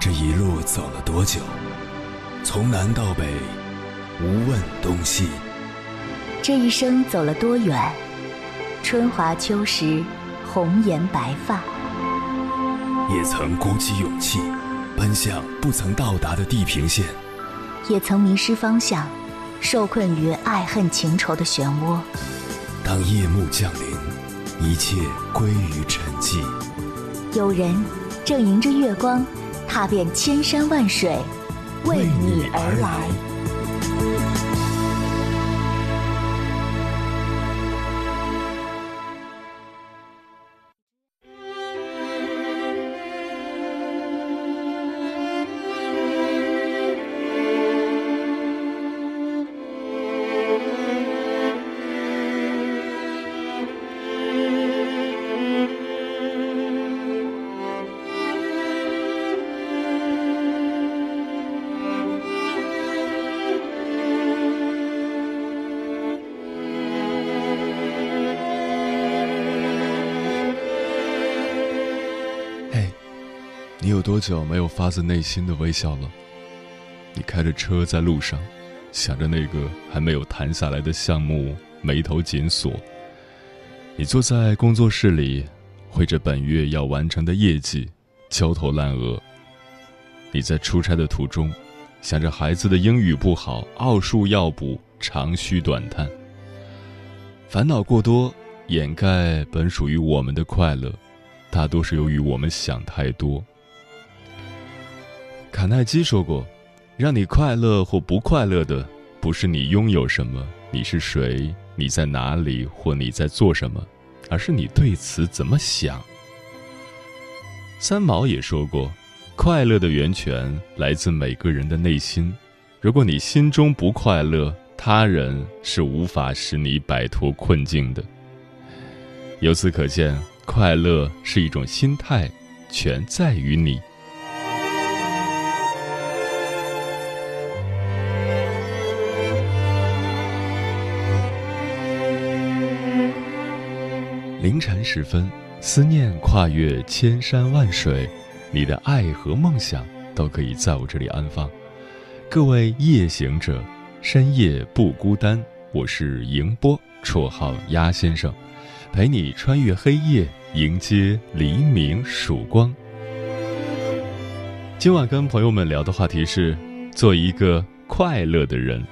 这一路走了多久？从南到北，无问东西。 这一生走了多远？春华秋实，红颜白发。 也曾鼓起勇气，奔向不曾到达的地平线。 也曾迷失方向，受困于爱恨情仇的漩涡。 当夜幕降临，一切归于沉寂。 有人正迎着月光，踏遍千山万水，为你而来。 你有多久没有发自内心的微笑了？你开着车在路上，想着那个还没有谈下来的项目，眉头紧锁。你坐在工作室里，绘着本月要完成的业绩，焦头烂额。你在出差的途中，想着孩子的英语不好，奥数要补，长吁短叹。烦恼过多，掩盖本属于我们的快乐，大多是由于我们想太多。卡耐基说过，让你快乐或不快乐的，不是你拥有什么，你是谁，你在哪里，或你在做什么，而是你对此怎么想。三毛也说过，快乐的源泉来自每个人的内心，如果你心中不快乐，他人是无法使你摆脱困境的。由此可见，快乐是一种心态，全在于你。凌晨时分，思念跨越千山万水，你的爱和梦想都可以在我这里安放。各位夜行者，深夜不孤单，我是迎波，绰号鸭先生，陪你穿越黑夜，迎接黎明曙光。今晚跟朋友们聊的话题是做一个快乐的人。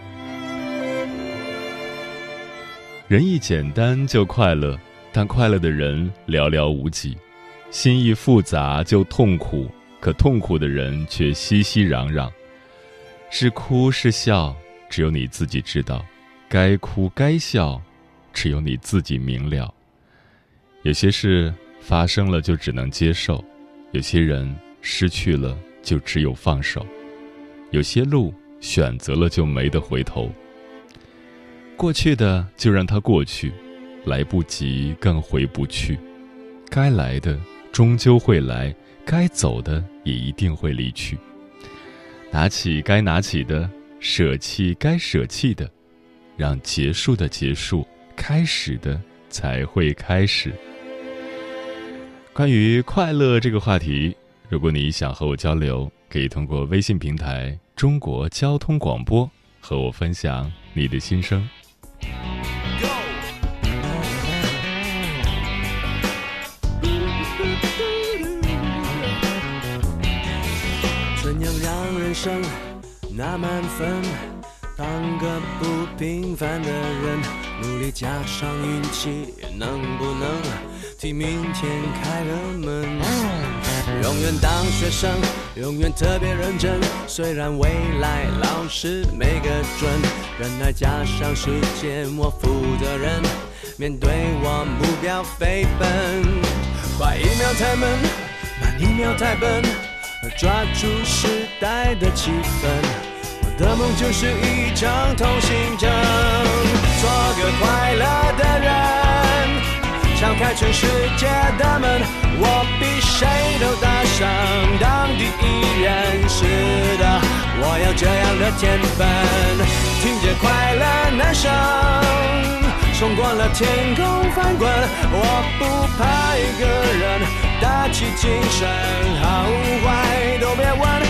人一简单就快乐，但快乐的人寥寥无几，心意复杂就痛苦，可痛苦的人却熙熙攘攘。是哭是笑，只有你自己知道；该哭该笑，只有你自己明了。有些事发生了就只能接受，有些人失去了就只有放手，有些路选择了就没得回头。过去的就让它过去，来不及更回不去，该来的终究会来，该走的也一定会离去。拿起该拿起的，舍弃该舍弃的，让结束的结束，开始的才会开始。关于快乐这个话题，如果你想和我交流，可以通过微信平台中国交通广播和我分享你的心声。 怎样让人生拿满分，当个不平凡的人，努力加上运气，能不能替明天开个门？永远当学生，永远特别认真，虽然未来老师没个准，忍耐加上时间，我负责任，面对我目标飞奔。快一秒太闷，慢一秒太笨，抓住时代的气氛，我的梦就是一张通行证，做个快乐的人，敞开全世界的门，我比谁都大声当第一人。是的，我有这样的天分，听见快乐男声冲过了天空翻滚，我不怕一个人，打起精神，好坏都别问，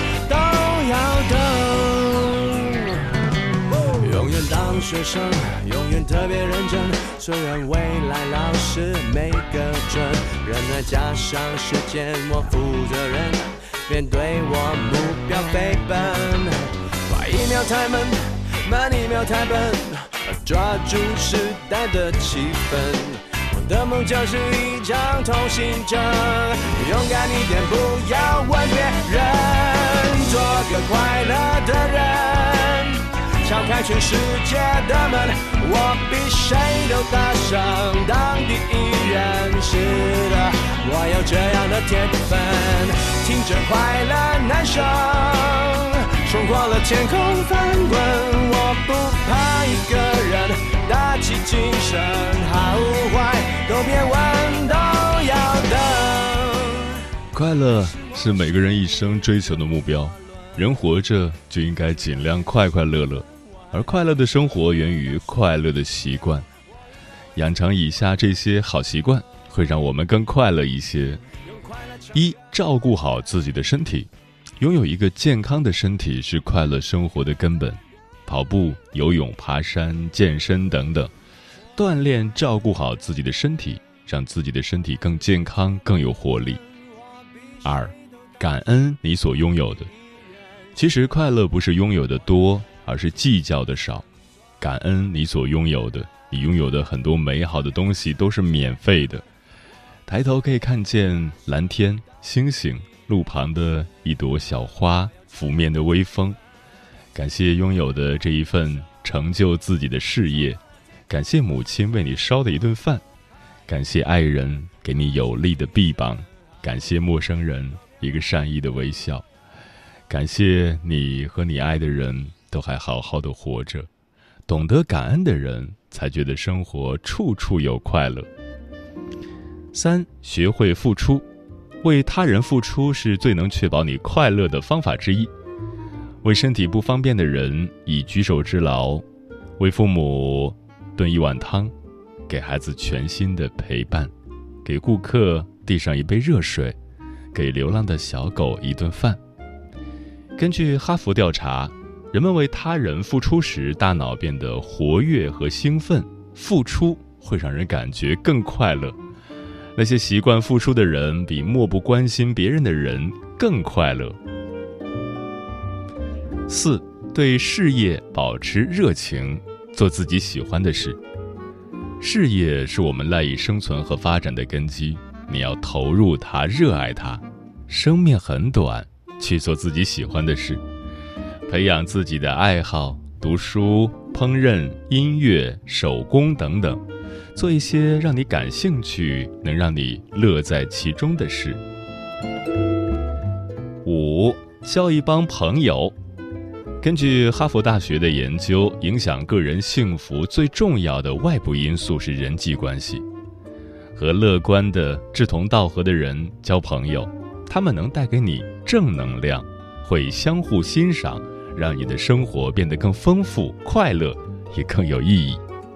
学生永远特别认真，虽然未来老师没个准，忍耐加上时间，我负责任，面对我目标飞奔。快一秒太慢，慢一秒太笨，抓住时代的气氛。我的梦就是一张通行证，勇敢一点，不要问别人，做个快乐的人，敞开全世界的门，我比谁都大声当第一人。是的，我有这样的天分，听着快乐男声，冲过了天空翻滚，我不怕一个人，打起精神，好坏都别问，都要等。 快乐是每个人一生追求的目标，人活着就应该尽量快快乐乐，而快乐的生活源于快乐的习惯。养成以下这些好习惯，会让我们更快乐一些。一、照顾好自己的身体。拥有一个健康的身体是快乐生活的根本。跑步、游泳、爬山、健身等等，锻炼照顾好自己的身体，让自己的身体更健康、更有活力。二、感恩你所拥有的。其实快乐不是拥有的多，而是计较的少。感恩你所拥有的，你拥有的很多美好的东西都是免费的。抬头可以看见蓝天、星星，路旁的一朵小花，拂面的微风。感谢拥有的这一份成就自己的事业，感谢母亲为你烧的一顿饭，感谢爱人给你有力的臂膀，感谢陌生人一个善意的微笑，感谢你和你爱的人都还好好的活着。懂得感恩的人才觉得生活处处有快乐。三、学会付出。为他人付出是最能确保你快乐的方法之一。为身体不方便的人以举手之劳，为父母炖一碗汤，给孩子全心的陪伴，给顾客递上一杯热水，给流浪的小狗一顿饭。根据哈佛调查，人们为他人付出时，大脑变得活跃和兴奋，付出会让人感觉更快乐。那些习惯付出的人，比漠不关心别人的人更快乐。四、对事业保持热情，做自己喜欢的事。事业是我们赖以生存和发展的根基，你要投入它，热爱它。生命很短，去做自己喜欢的事，培养自己的爱好，读书、烹饪、音乐、手工等等，做一些让你感兴趣、能让你乐在其中的事。五、交一帮朋友。根据哈佛大学的研究，影响个人幸福最重要的外部因素是人际关系。和乐观的、志同道合的人交朋友，他们能带给你正能量，会相互欣赏，让你的生活变得更丰富、快乐，也更有意义。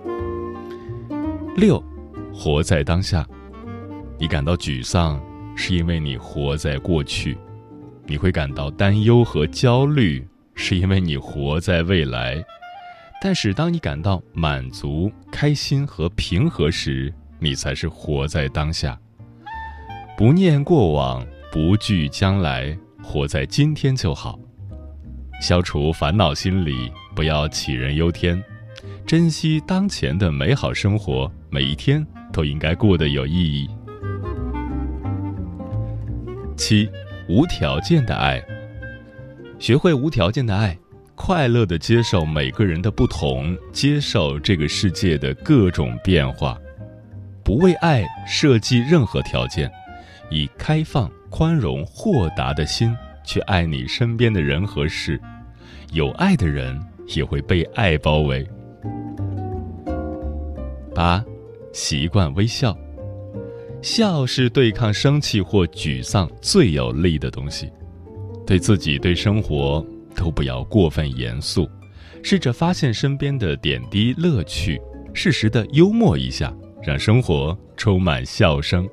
六、活在当下。你感到沮丧，是因为你活在过去；你会感到担忧和焦虑，是因为你活在未来。但是当你感到满足、开心和平和时，你才是活在当下。不念过往，不惧将来，活在今天就好。消除烦恼心理，不要杞人忧天，珍惜当前的美好生活，每一天都应该过得有意义。七、无条件的爱。学会无条件的爱，快乐地接受每个人的不同，接受这个世界的各种变化，不为爱设计任何条件，以开放、宽容、豁达的心去爱你身边的人和事，有爱的人也会被爱包围。八、习惯微笑。笑是对抗生气或沮丧最有力的东西。对自己、对生活都不要过分严肃，试着发现身边的点滴乐趣，适时的幽默一下，让生活充满笑声。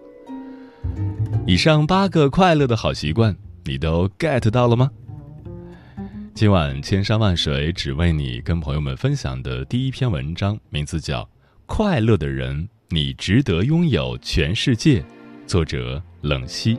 以上8个快乐的好习惯，你都 get 到了吗？ 今晚千山万水只为你，跟朋友们分享的第一篇文章名字叫《快乐的人，你值得拥有全世界》，作者冷溪。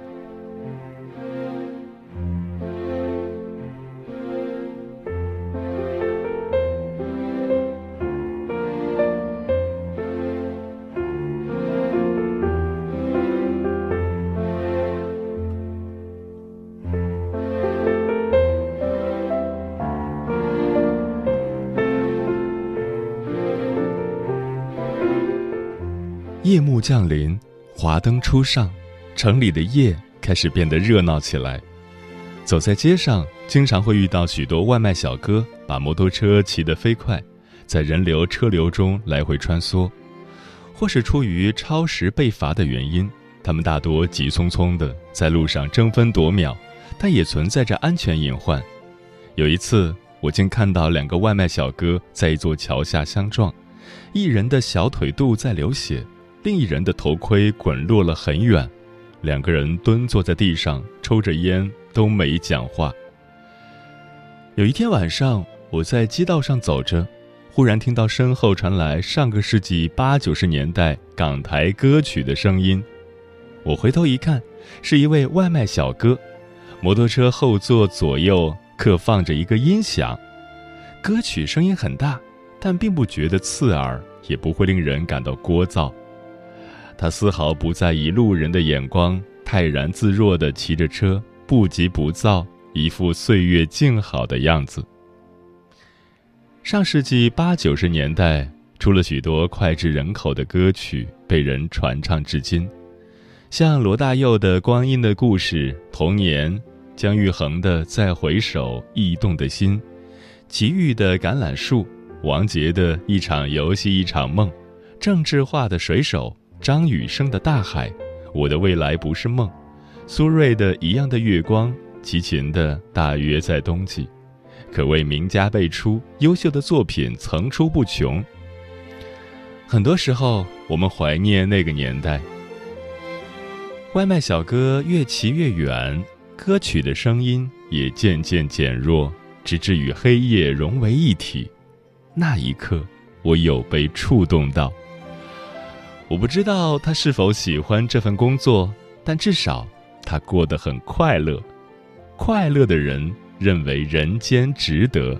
夜幕降临，华灯初上，城里的夜开始变得热闹起来。走在街上，经常会遇到许多外卖小哥把摩托车骑得飞快，在人流车流中来回穿梭。或是出于超时被罚的原因，他们大多急匆匆地在路上争分夺秒，但也存在着安全隐患。有一次，我竟看到2个外卖小哥在一座桥下相撞，一人的小腿肚在流血，另一人的头盔滚落了很远，2个人蹲坐在地上，抽着烟，都没讲话。有一天晚上，我在街道上走着，忽然听到身后传来上个世纪80、90年代港台歌曲的声音。我回头一看，是一位外卖小哥，摩托车后座左右各放着一个音响，歌曲声音很大，但并不觉得刺耳，也不会令人感到聒噪。他丝毫不在意路人的眼光，泰然自若地骑着车，不急不躁，一副岁月静好的样子。上世纪80、90年代，出了许多脍炙人口的歌曲，被人传唱至今，像罗大佑的《光阴的故事》、《童年》，姜育恒的《再回首》、《驿动的心》，齐豫的《橄榄树》，王杰的《一场游戏一场梦》，郑智化的《水手》，张雨生的《大海》，我的未来不是梦，苏芮的《一样的月光》，齐秦的《大约在冬季》，可谓名家辈出，优秀的作品层出不穷。很多时候，我们怀念那个年代，外卖小哥越骑越远，歌曲的声音也渐渐减弱，直至与黑夜融为一体。那一刻，我有被触动到。我不知道他是否喜欢这份工作，但至少他过得很快乐。快乐的人认为人间值得。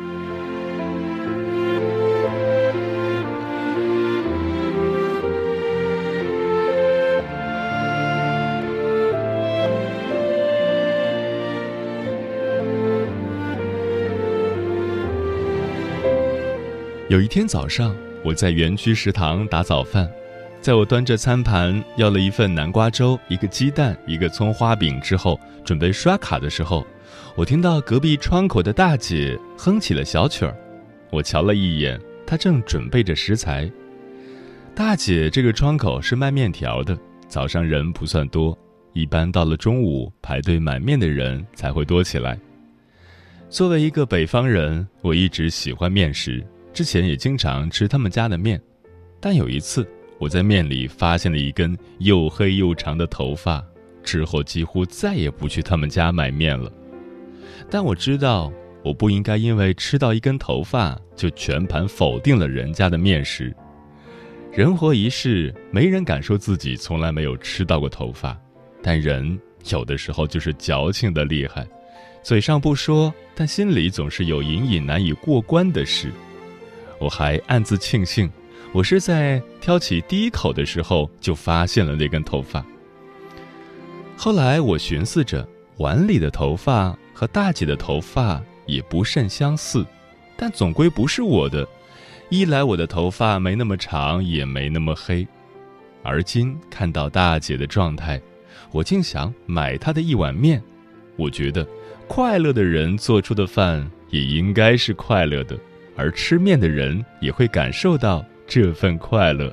有一天早上，我在园区食堂打早饭，在我端着餐盘要了一份南瓜粥、一个鸡蛋、一个葱花饼之后，准备刷卡的时候，我听到隔壁窗口的大姐哼起了小曲儿。我瞧了一眼，她正准备着食材。大姐这个窗口是卖面条的，早上人不算多，一般到了中午排队买面的人才会多起来。作为一个北方人，我一直喜欢面食，之前也经常吃他们家的面，但有一次我在面里发现了一根又黑又长的头发，之后几乎再也不去他们家买面了。但我知道，我不应该因为吃到一根头发就全盘否定了人家的面食。人活一世，没人敢说自己从来没有吃到过头发，但人有的时候就是矫情的厉害，嘴上不说，但心里总是有隐隐难以过关的事。我还暗自庆幸，我是在挑起第一口的时候就发现了那根头发。后来我寻思着，碗里的头发和大姐的头发也不甚相似，但总归不是我的。一来我的头发没那么长，也没那么黑。而今看到大姐的状态，我竟想买她的一碗面。我觉得快乐的人做出的饭也应该是快乐的，而吃面的人也会感受到这份快乐。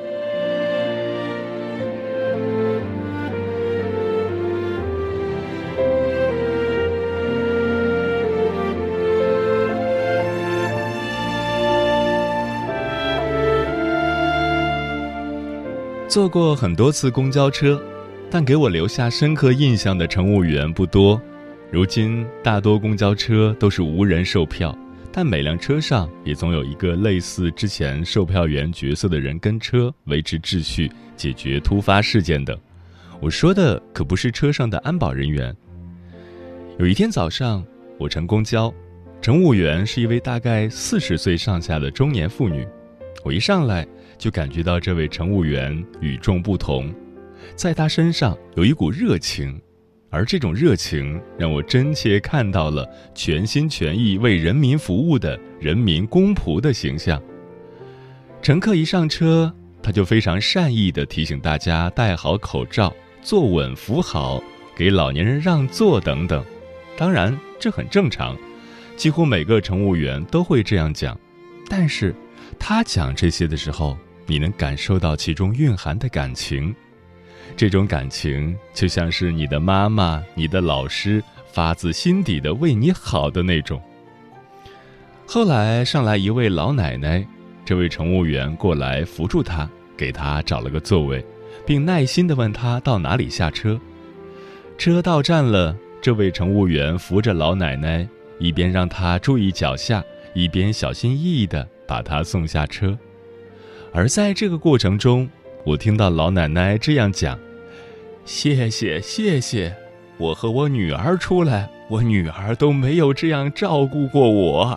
坐过很多次公交车，但给我留下深刻印象的乘务员不多。 如今大多公交车都是无人售票，但每辆车上也总有一个类似之前售票员角色的人跟车，维持秩序，解决突发事件的。我说的可不是车上的安保人员。有一天早上，我乘公交，乘务员是一位大概40岁上下的中年妇女。我一上来就感觉到这位乘务员与众不同，在她身上有一股热情，而这种热情让我真切看到了全心全意为人民服务的人民公仆的形象。乘客一上车，他就非常善意地提醒大家戴好口罩，坐稳扶好，给老年人让座等等。当然这很正常，几乎每个乘务员都会这样讲，但是他讲这些的时候，你能感受到其中蕴含的感情。这种感情就像是你的妈妈、你的老师发自心底的为你好的那种。后来上来一位老奶奶，这位乘务员过来扶住她，给她找了个座位，并耐心地问她到哪里下车。车到站了，这位乘务员扶着老奶奶，一边让她注意脚下，一边小心翼翼地把她送下车。而在这个过程中，我听到老奶奶这样讲：谢谢谢谢，我和我女儿出来，我女儿都没有这样照顾过我。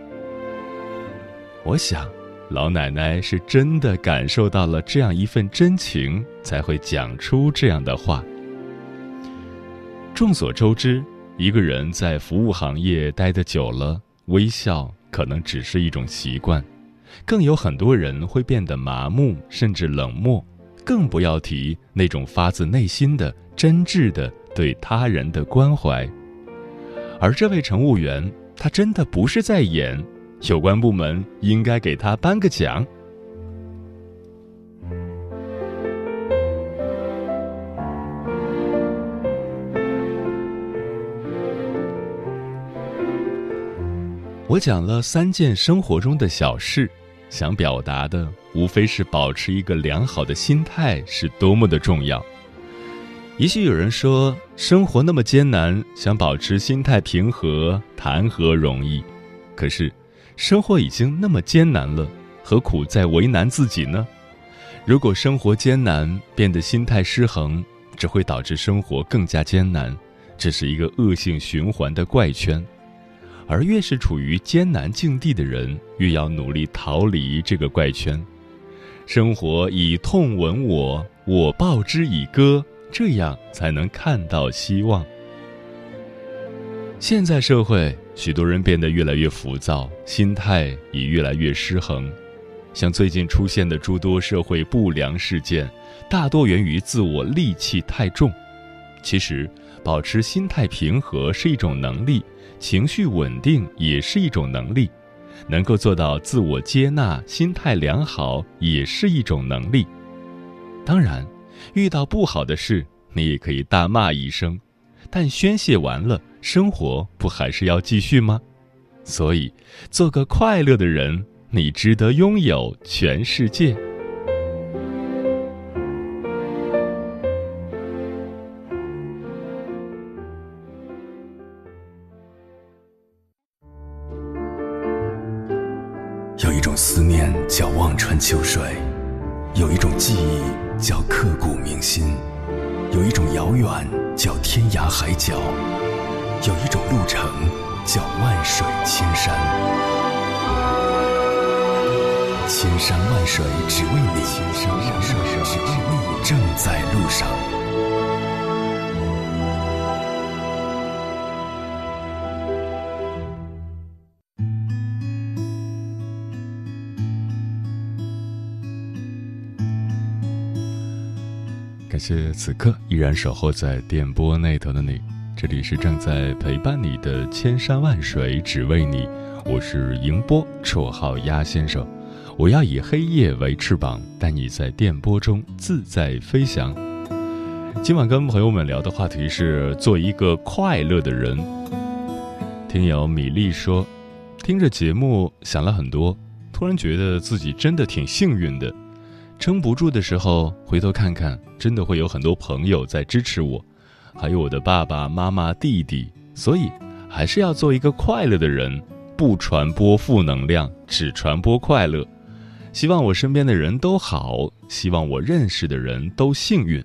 我想老奶奶是真的感受到了这样一份真情，才会讲出这样的话。众所周知，一个人在服务行业待得久了，微笑可能只是一种习惯，更有很多人会变得麻木甚至冷漠，更不要提那种发自内心的真挚的对他人的关怀。而这位乘务员，他真的不是在演，有关部门应该给他颁个奖。我讲了3件生活中的小事，想表达的无非是保持一个良好的心态是多么的重要。也许有人说，生活那么艰难，想保持心态平和，谈何容易？可是，生活已经那么艰难了，何苦再为难自己呢？如果生活艰难，变得心态失衡，只会导致生活更加艰难，这是一个恶性循环的怪圈。而越是处于艰难境地的人，越要努力逃离这个怪圈。生活以痛吻我，我报之以歌，这样才能看到希望。现在社会，许多人变得越来越浮躁，心态也越来越失衡。像最近出现的诸多社会不良事件，大多源于自我戾气太重。其实，保持心态平和是一种能力，情绪稳定也是一种能力，能够做到自我接纳、心态良好也是一种能力。当然，遇到不好的事，你也可以大骂一声，但宣泄完了，生活不还是要继续吗？所以，做个快乐的人，你值得拥有全世界。 有一种思念叫望穿秋水，有一种记忆叫刻骨铭心，有一种遥远叫天涯海角，有一种路程叫万水千山。千山万水只为你，千山万水只为你，正在路上。 感谢此刻依然守候在电波那头的你，这里是正在陪伴你的千山万水只为你，我是迎波，绰号鸭先生。我要以黑夜为翅膀，带你在电波中自在飞翔。今晚跟朋友们聊的话题是做一个快乐的人。听友米粒说，听着节目想了很多，突然觉得自己真的挺幸运的。撑不住的时候，回头看看，真的会有很多朋友在支持我，还有我的爸爸妈妈、弟弟， 所以还是要做一个快乐的人，不传播负能量，只传播快乐。希望我身边的人都好，希望我认识的人都幸运。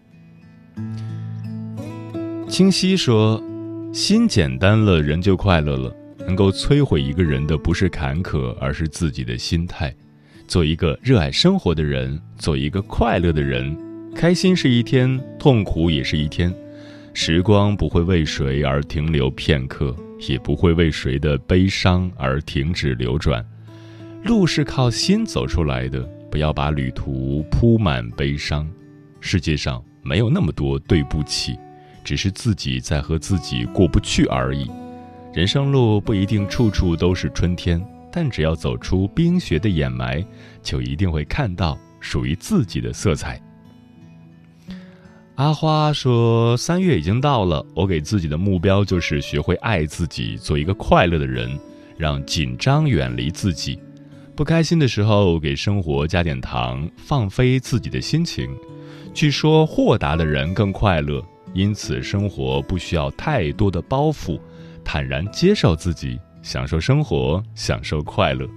清晰说，心简单了，人就快乐了。能够摧毁一个人的不是坎坷，而是自己的心态。做一个热爱生活的人，做一个快乐的人，开心是一天，痛苦也是一天。时光不会为谁而停留片刻，也不会为谁的悲伤而停止流转。路是靠心走出来的，不要把旅途铺满悲伤。世界上没有那么多对不起，只是自己在和自己过不去而已。人生路不一定处处都是春天，但只要走出冰雪的掩埋，就一定会看到属于自己的色彩。阿花说，3月已经到了，我给自己的目标就是学会爱自己，做一个快乐的人，让紧张远离自己。不开心的时候，给生活加点糖，放飞自己的心情。据说豁达的人更快乐，因此生活不需要太多的包袱，坦然接受自己，享受生活，享受快乐。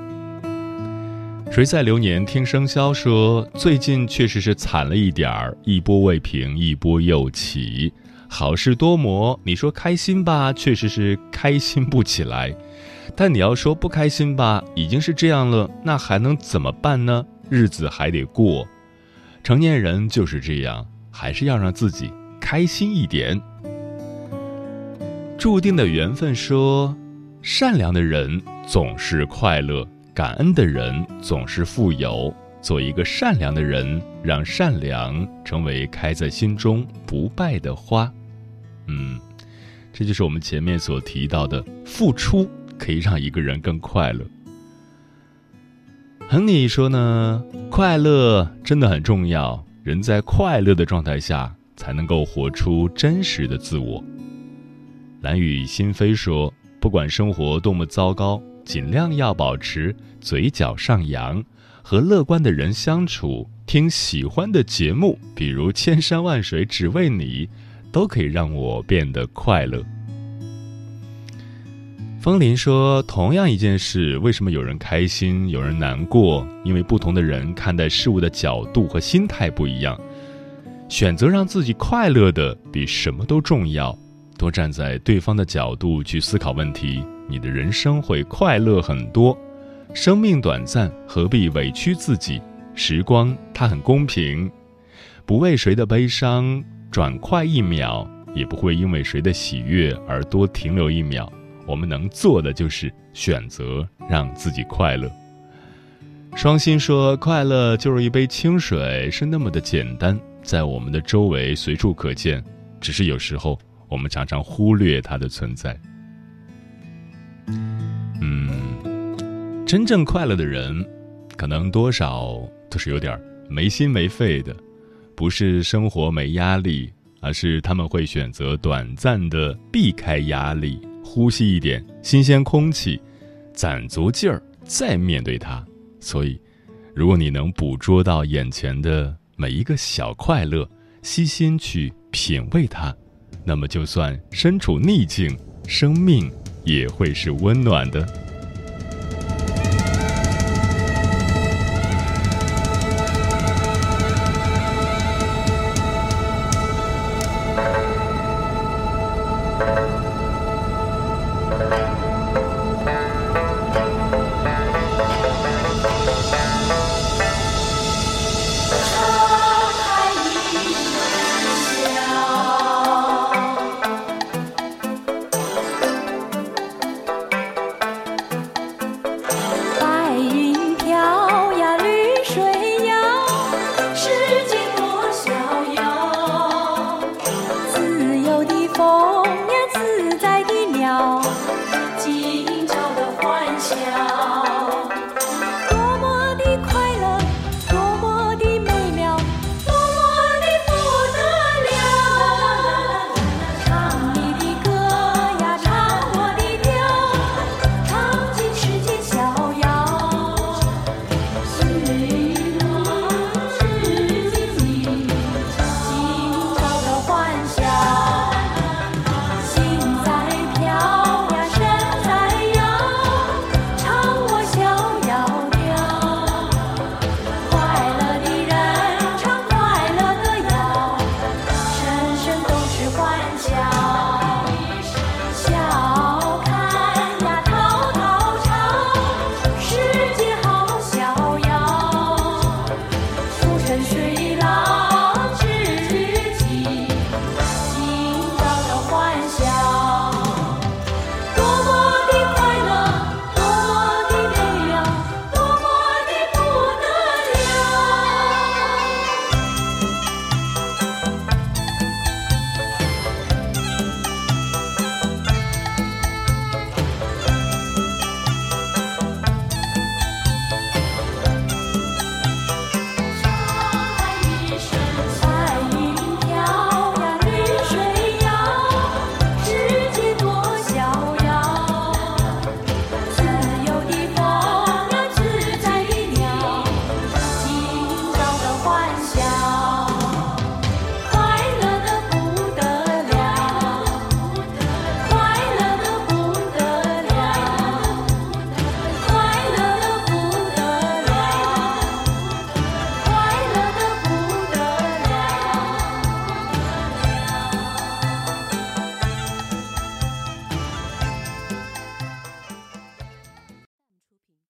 谁在流年听生肖说，最近确实是惨了一点儿，一波未平一波又起，好事多磨。你说开心吧，确实是开心不起来，但你要说不开心吧，已经是这样了，那还能怎么办呢？日子还得过，成年人就是这样，还是要让自己开心一点。注定的缘分说，善良的人总是快乐，感恩的人总是富有。做一个善良的人，让善良成为开在心中不败的花。这就是我们前面所提到的，付出可以让一个人更快乐。亨利说呢，快乐真的很重要，人在快乐的状态下才能够活出真实的自我。蓝雨心扉说，不管生活多么糟糕，尽量要保持嘴角上扬，和乐观的人相处，听喜欢的节目，比如千山万水只为你，都可以让我变得快乐。风铃说，同样一件事，为什么有人开心，有人难过？因为不同的人看待事物的角度和心态不一样。选择让自己快乐的比什么都重要，多站在对方的角度去思考问题，你的人生会快乐很多。生命短暂，何必委屈自己？时光它很公平，不为谁的悲伤转快一秒，也不会因为谁的喜悦而多停留一秒。我们能做的就是选择让自己快乐。双心说，快乐就是一杯清水，是那么的简单，在我们的周围随处可见，只是有时候我们常常忽略它的存在。真正快乐的人，可能多少都是有点没心没肺的，不是生活没压力，而是他们会选择短暂的避开压力，呼吸一点新鲜空气，攒足劲儿再面对它。所以如果你能捕捉到眼前的每一个小快乐，细心去品味它，那么就算身处逆境，生命也会是温暖的。